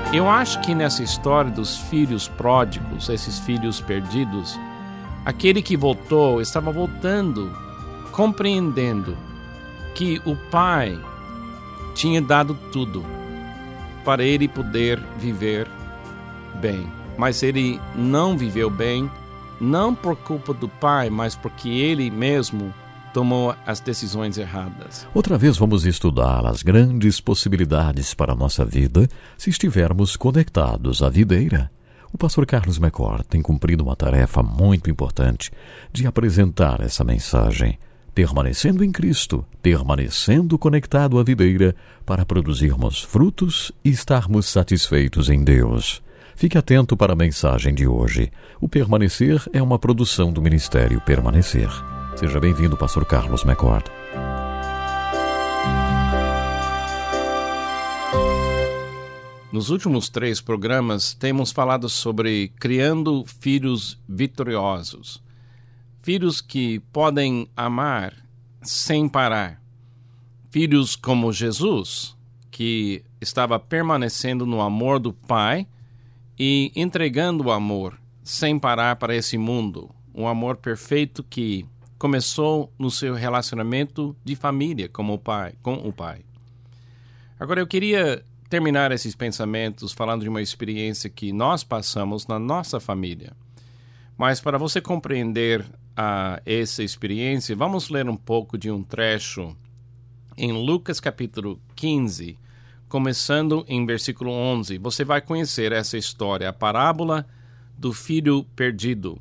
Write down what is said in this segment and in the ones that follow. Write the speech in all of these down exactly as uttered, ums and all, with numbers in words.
Eu acho que nessa história dos filhos pródigos, esses filhos perdidos, aquele que voltou estava voltando, compreendendo que o pai tinha dado tudo para ele poder viver bem. Mas ele não viveu bem, não por culpa do pai, mas porque ele mesmo tomou as decisões erradas. Outra vez vamos estudar as grandes possibilidades para a nossa vida se estivermos conectados à videira. O pastor Carlos McCord tem cumprido uma tarefa muito importante de apresentar essa mensagem, permanecendo em Cristo, permanecendo conectado à videira para produzirmos frutos e estarmos satisfeitos em Deus. Fique atento para a mensagem de hoje. O permanecer é uma produção do Ministério Permanecer. Seja bem-vindo, pastor Carlos McCord. Nos últimos três programas, temos falado sobre criando filhos vitoriosos. Filhos que podem amar sem parar. Filhos como Jesus, que estava permanecendo no amor do Pai e entregando o amor sem parar para esse mundo. Um amor perfeito que começou no seu relacionamento de família como o pai, com o Pai. Agora eu queria terminar esses pensamentos falando de uma experiência que nós passamos na nossa família. Mas para você compreender uh, essa experiência, vamos ler um pouco de um trecho em Lucas capítulo quinze, começando em versículo onze. Você vai conhecer essa história, a parábola do filho perdido.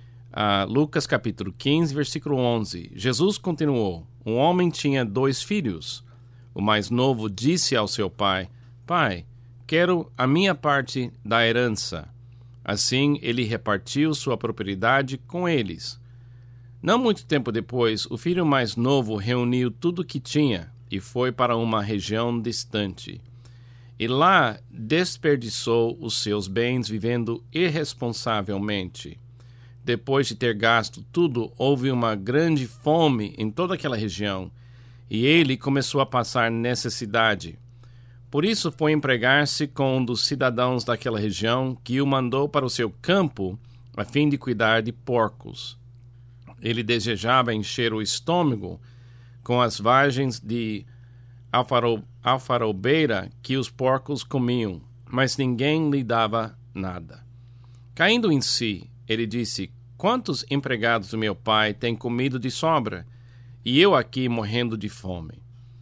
Uh, Lucas capítulo quinze, versículo onze. Jesus continuou: um homem tinha dois filhos. O mais novo disse ao seu pai: Pai, quero a minha parte da herança. Assim, ele repartiu sua propriedade com eles. Não muito tempo depois, o filho mais novo reuniu tudo o que tinha e foi para uma região distante. E lá desperdiçou os seus bens vivendo irresponsavelmente. Depois de ter gasto tudo, houve uma grande fome em toda aquela região, e ele começou a passar necessidade. Por isso foi empregar-se com um dos cidadãos daquela região, que o mandou para o seu campo a fim de cuidar de porcos. Ele desejava encher o estômago com as vagens de alfaro, alfarobeira que os porcos comiam, mas ninguém lhe dava nada. Caindo em si, ele disse: Quantos empregados do meu pai têm comido de sobra, e eu aqui morrendo de fome?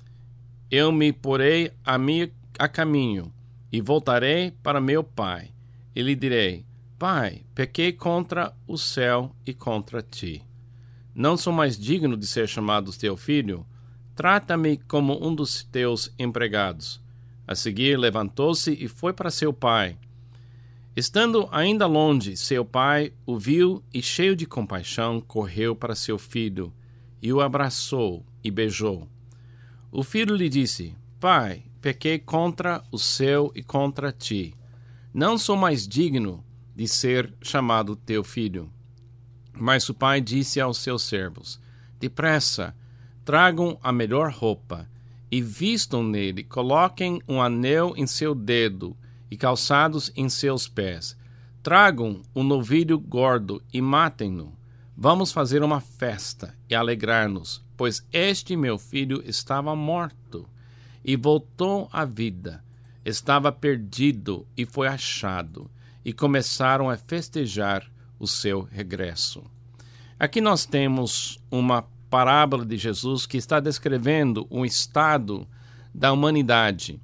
Eu me porei a, mi, a caminho e voltarei para meu pai. E lhe direi: Pai, pequei contra o céu e contra ti. Não sou mais digno de ser chamado teu filho? Trata-me como um dos teus empregados. A seguir levantou-se e foi para seu pai. Estando ainda longe, seu pai o viu e, cheio de compaixão, correu para seu filho e o abraçou e beijou. O filho lhe disse: Pai, pequei contra o céu e contra ti. Não sou mais digno de ser chamado teu filho. Mas o pai disse aos seus servos: Depressa, tragam a melhor roupa e vistam nele, coloquem um anel em seu dedo e calçados em seus pés. Tragam um novilho gordo e matem-no. Vamos fazer uma festa e alegrar-nos, pois este meu filho estava morto e voltou à vida. Estava perdido e foi achado, e começaram a festejar o seu regresso. Aqui nós temos uma parábola de Jesus que está descrevendo um estado da humanidade.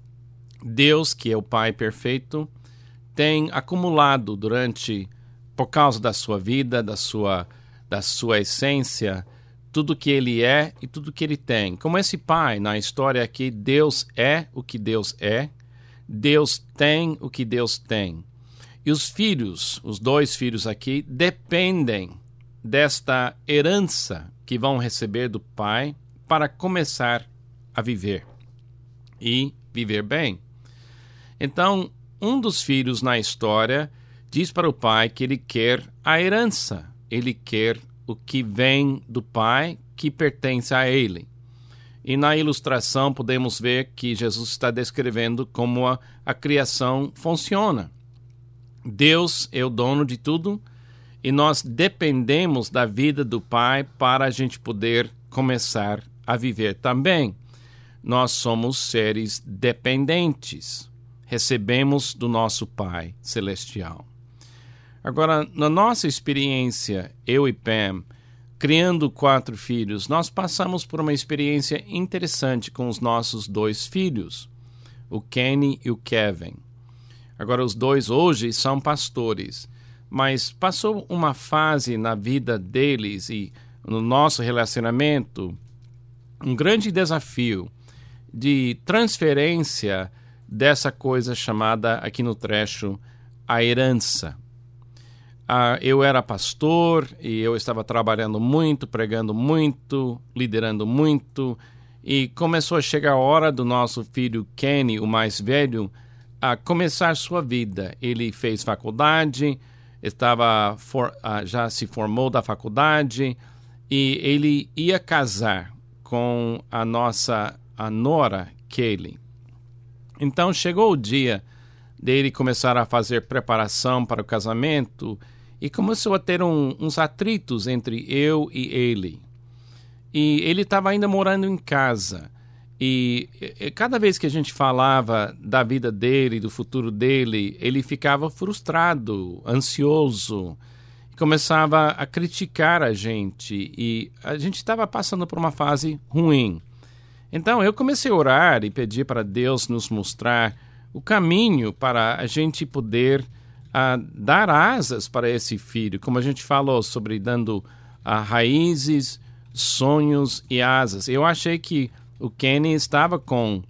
Deus, que é o Pai perfeito, tem acumulado durante, por causa da sua vida, da sua, da sua essência, tudo que ele é e tudo que ele tem. Como esse pai, na história aqui, Deus é o que Deus é, Deus tem o que Deus tem. E os filhos, os dois filhos aqui, dependem desta herança que vão receber do pai para começar a viver e viver bem. Então, um dos filhos na história diz para o pai que ele quer a herança, ele quer o que vem do pai, que pertence a ele. E na ilustração podemos ver que Jesus está descrevendo como a, a criação funciona. Deus é o dono de tudo e nós dependemos da vida do Pai para a gente poder começar a viver também. Nós somos seres dependentes. Recebemos do nosso Pai Celestial. Agora, na nossa experiência, eu e Pam, criando quatro filhos, nós passamos por uma experiência interessante com os nossos dois filhos, o Kenny e o Kevin. Agora, os dois hoje são pastores, mas passou uma fase na vida deles e no nosso relacionamento, um grande desafio de transferência dessa coisa chamada aqui no trecho a herança. Ah, eu era pastor e eu estava trabalhando muito, pregando muito, liderando muito, e começou a chegar a hora do nosso filho Kenny, o mais velho, a começar sua vida. Ele fez faculdade, estava for, ah, já se formou da faculdade e ele ia casar com a nossa a nora Kaylee. Então chegou o dia dele começar a fazer preparação para o casamento e começou a ter um, uns atritos entre eu e ele. E ele estava ainda morando em casa. E, e cada vez que a gente falava da vida dele, do futuro dele, ele ficava frustrado, ansioso, começava a criticar a gente. E a gente estava passando por uma fase ruim. Então eu comecei a orar e pedir para Deus nos mostrar o caminho para a gente poder uh, dar asas para esse filho, como a gente falou sobre dando uh, raízes, sonhos e asas. Eu achei que o Kenny estava com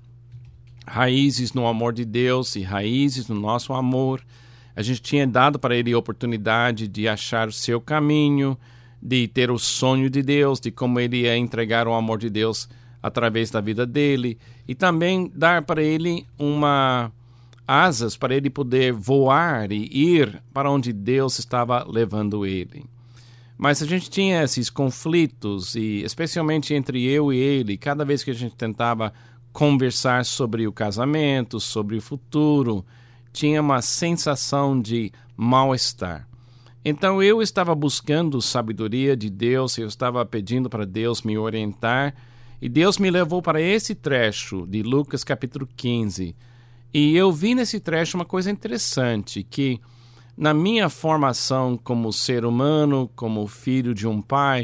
raízes no amor de Deus e raízes no nosso amor. A gente tinha dado para ele a oportunidade de achar o seu caminho, de ter o sonho de Deus, de como ele ia entregar o amor de Deus através da vida dele, e também dar para ele uma asas para ele poder voar e ir para onde Deus estava levando ele. Mas a gente tinha esses conflitos, e especialmente entre eu e ele, cada vez que a gente tentava conversar sobre o casamento, sobre o futuro, tinha uma sensação de mal-estar. Então eu estava buscando sabedoria de Deus, eu estava pedindo para Deus me orientar, e Deus me levou para esse trecho de Lucas capítulo quinze. E eu vi nesse trecho uma coisa interessante, que na minha formação como ser humano, como filho de um pai,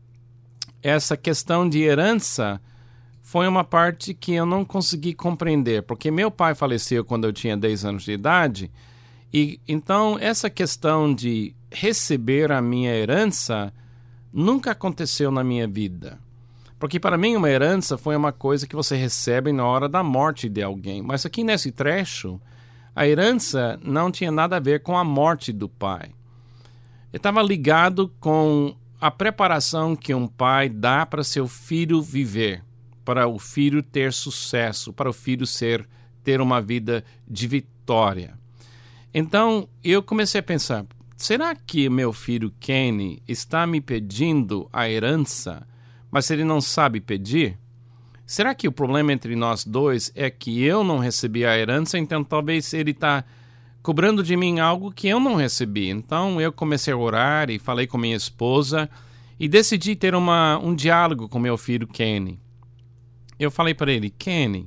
essa questão de herança foi uma parte que eu não consegui compreender, porque meu pai faleceu quando eu tinha dez anos de idade, e então essa questão de receber a minha herança nunca aconteceu na minha vida. Porque para mim uma herança foi uma coisa que você recebe na hora da morte de alguém. Mas aqui nesse trecho, a herança não tinha nada a ver com a morte do pai. Estava ligado com a preparação que um pai dá para seu filho viver, para o filho ter sucesso, para o filho ser, ter uma vida de vitória. Então eu comecei a pensar, será que meu filho Kenny está me pedindo a herança, mas ele não sabe pedir? Será que o problema entre nós dois é que eu não recebi a herança, então talvez ele está cobrando de mim algo que eu não recebi? Então eu comecei a orar e falei com minha esposa e decidi ter uma, um diálogo com meu filho Kenny. Eu falei para ele, Kenny,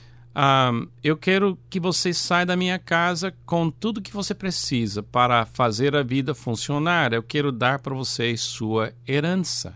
um, eu quero que você saia da minha casa com tudo que você precisa para fazer a vida funcionar. Eu quero dar para você sua herança,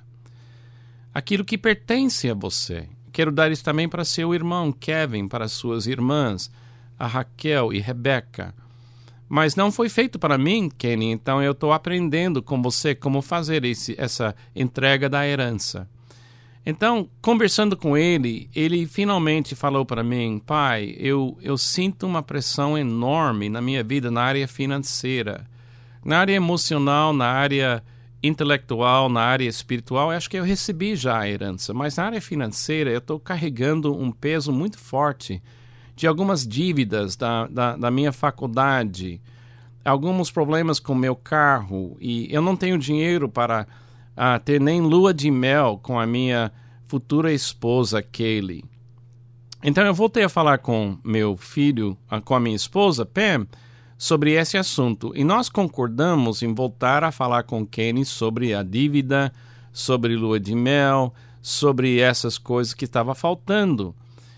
aquilo que pertence a você. Quero dar isso também para seu irmão Kevin, para suas irmãs, a Raquel e Rebeca. Mas não foi feito para mim, Kenny, então eu estou aprendendo com você como fazer esse, essa entrega da herança. Então, conversando com ele, ele finalmente falou para mim, pai, eu, eu sinto uma pressão enorme na minha vida na área financeira, na área emocional, na área intelectual, na área espiritual. Eu acho que eu recebi já a herança, mas na área financeira eu estou carregando um peso muito forte de algumas dívidas da, da, da minha faculdade, alguns problemas com o meu carro, e eu não tenho dinheiro para uh, ter nem lua de mel com a minha futura esposa Kaylee. Então eu voltei a falar com meu filho, com a minha esposa Pam, sobre esse assunto. E nós concordamos em voltar a falar com Kenny sobre a dívida, sobre lua de mel, sobre essas coisas que estavam faltando.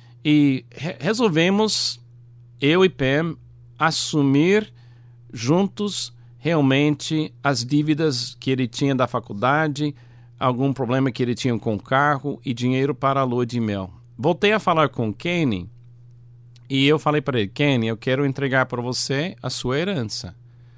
E re- resolvemos, eu e Pam, assumir juntos realmente as dívidas que ele tinha da faculdade, algum problema que ele tinha com o carro e dinheiro para a lua de mel. Voltei a falar com Kenny e eu falei para ele, Kenny, eu quero entregar para você a sua herança.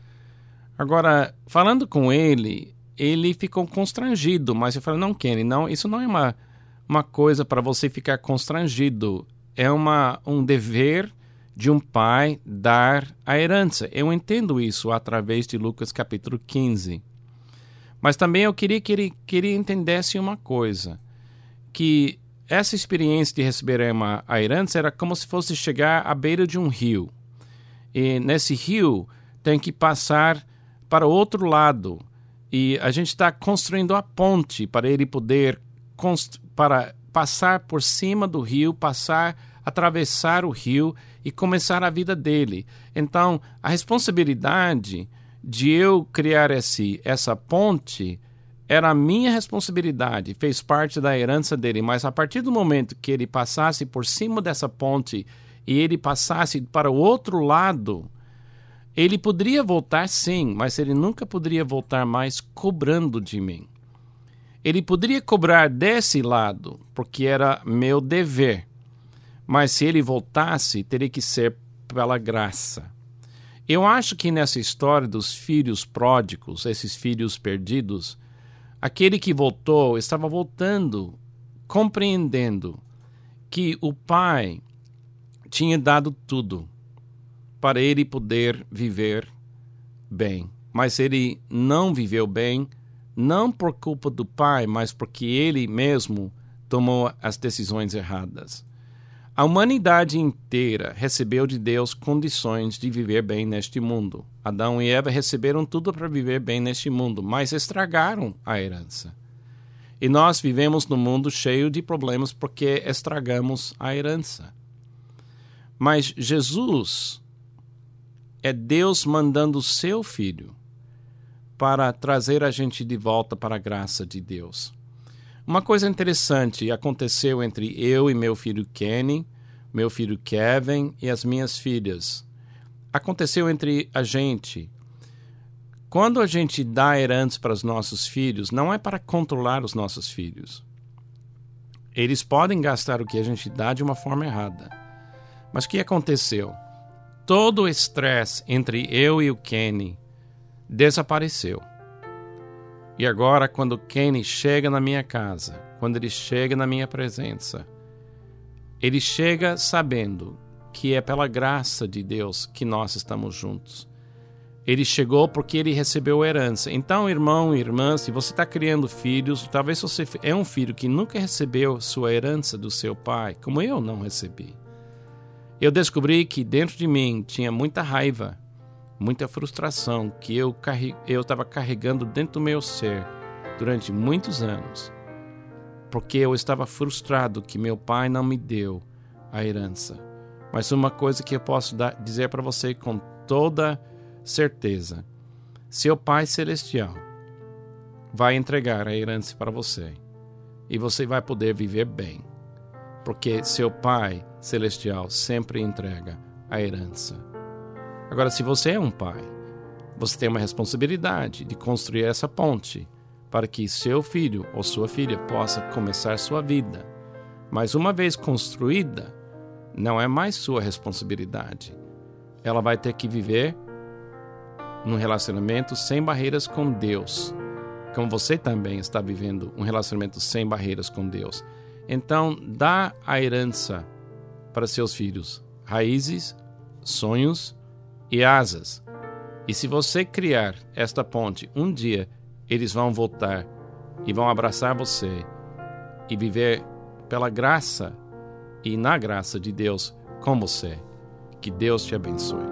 Agora, falando com ele, ele ficou constrangido, mas eu falei, não, Kenny, não, isso não é uma, uma coisa para você ficar constrangido. É uma, um dever de um pai dar a herança. Eu entendo isso através de Lucas capítulo quinze. Mas também eu queria que ele, que ele entendesse uma coisa, que essa experiência de receber uma, a herança era como se fosse chegar à beira de um rio. E nesse rio tem que passar para o outro lado. E a gente está construindo a ponte para ele poder const- para passar por cima do rio, passar, atravessar o rio e começar a vida dele. Então, a responsabilidade de eu criar esse, essa ponte era a minha responsabilidade, fez parte da herança dele, mas a partir do momento que ele passasse por cima dessa ponte e ele passasse para o outro lado, ele poderia voltar sim, mas ele nunca poderia voltar mais cobrando de mim. Ele poderia cobrar desse lado, porque era meu dever, mas se ele voltasse, teria que ser pela graça. Eu acho que nessa história dos filhos pródigos, esses filhos perdidos, aquele que voltou estava voltando, compreendendo que o pai tinha dado tudo para ele poder viver bem. Mas ele não viveu bem, não por culpa do pai, mas porque ele mesmo tomou as decisões erradas. A humanidade inteira recebeu de Deus condições de viver bem neste mundo. Adão e Eva receberam tudo para viver bem neste mundo, mas estragaram a herança. E nós vivemos num mundo cheio de problemas porque estragamos a herança. Mas Jesus é Deus mandando o seu Filho para trazer a gente de volta para a graça de Deus. Uma coisa interessante aconteceu entre eu e meu filho Kenny, meu filho Kevin e as minhas filhas. Aconteceu entre a gente. Quando a gente dá herança para os nossos filhos, não é para controlar os nossos filhos. Eles podem gastar o que a gente dá de uma forma errada. Mas o que aconteceu? Todo o estresse entre eu e o Kenny desapareceu. E agora, quando o Kenny chega na minha casa, quando ele chega na minha presença, ele chega sabendo que é pela graça de Deus que nós estamos juntos. Ele chegou porque ele recebeu herança. Então, irmão e irmã, se você está criando filhos, talvez você é um filho que nunca recebeu sua herança do seu pai, como eu não recebi. Eu descobri que dentro de mim tinha muita raiva, muita frustração que eu eu estava carregando dentro do meu ser durante muitos anos, porque eu estava frustrado que meu pai não me deu a herança. Mas uma coisa que eu posso dar, dizer para você com toda certeza, seu Pai Celestial vai entregar a herança para você e você vai poder viver bem, porque seu Pai Celestial sempre entrega a herança. Agora, se você é um pai, você tem uma responsabilidade de construir essa ponte para que seu filho ou sua filha possa começar sua vida. Mas uma vez construída, não é mais sua responsabilidade. Ela vai ter que viver num relacionamento sem barreiras com Deus, como você também está vivendo um relacionamento sem barreiras com Deus. Então, dá a herança para seus filhos, raízes, sonhos e asas. E se você criar esta ponte, um dia eles vão voltar e vão abraçar você e viver pela graça e na graça de Deus com você. Que Deus te abençoe.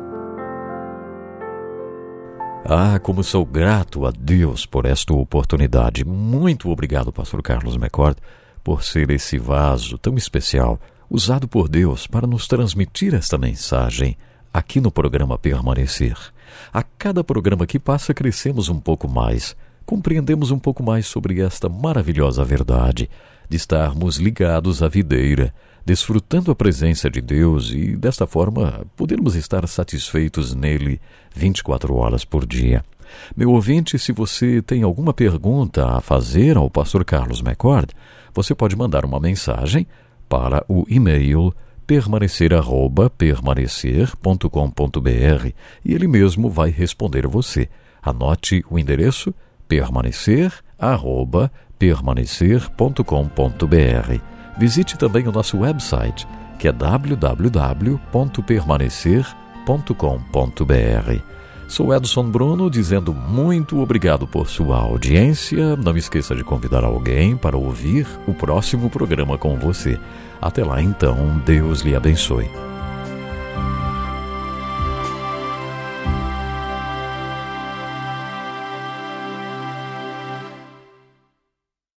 Ah, como sou grato a Deus por esta oportunidade. Muito obrigado, pastor Carlos McCord, por ser esse vaso tão especial, usado por Deus para nos transmitir esta mensagem aqui no programa Permanecer. A cada programa que passa, crescemos um pouco mais, compreendemos um pouco mais sobre esta maravilhosa verdade de estarmos ligados à videira, desfrutando a presença de Deus e, desta forma, podermos estar satisfeitos nele vinte e quatro horas por dia. Meu ouvinte, se você tem alguma pergunta a fazer ao pastor Carlos McCord, você pode mandar uma mensagem para o e-mail permanecer arroba permanecer ponto com ponto br e ele mesmo vai responder a você. Anote o endereço permanecer arroba permanecer ponto com ponto br. Visite também o nosso website, que é w w w ponto permanecer ponto com ponto br. Sou Edson Bruno, dizendo muito obrigado por sua audiência. Não esqueça de convidar alguém para ouvir o próximo programa com você. Até lá, então, Deus lhe abençoe.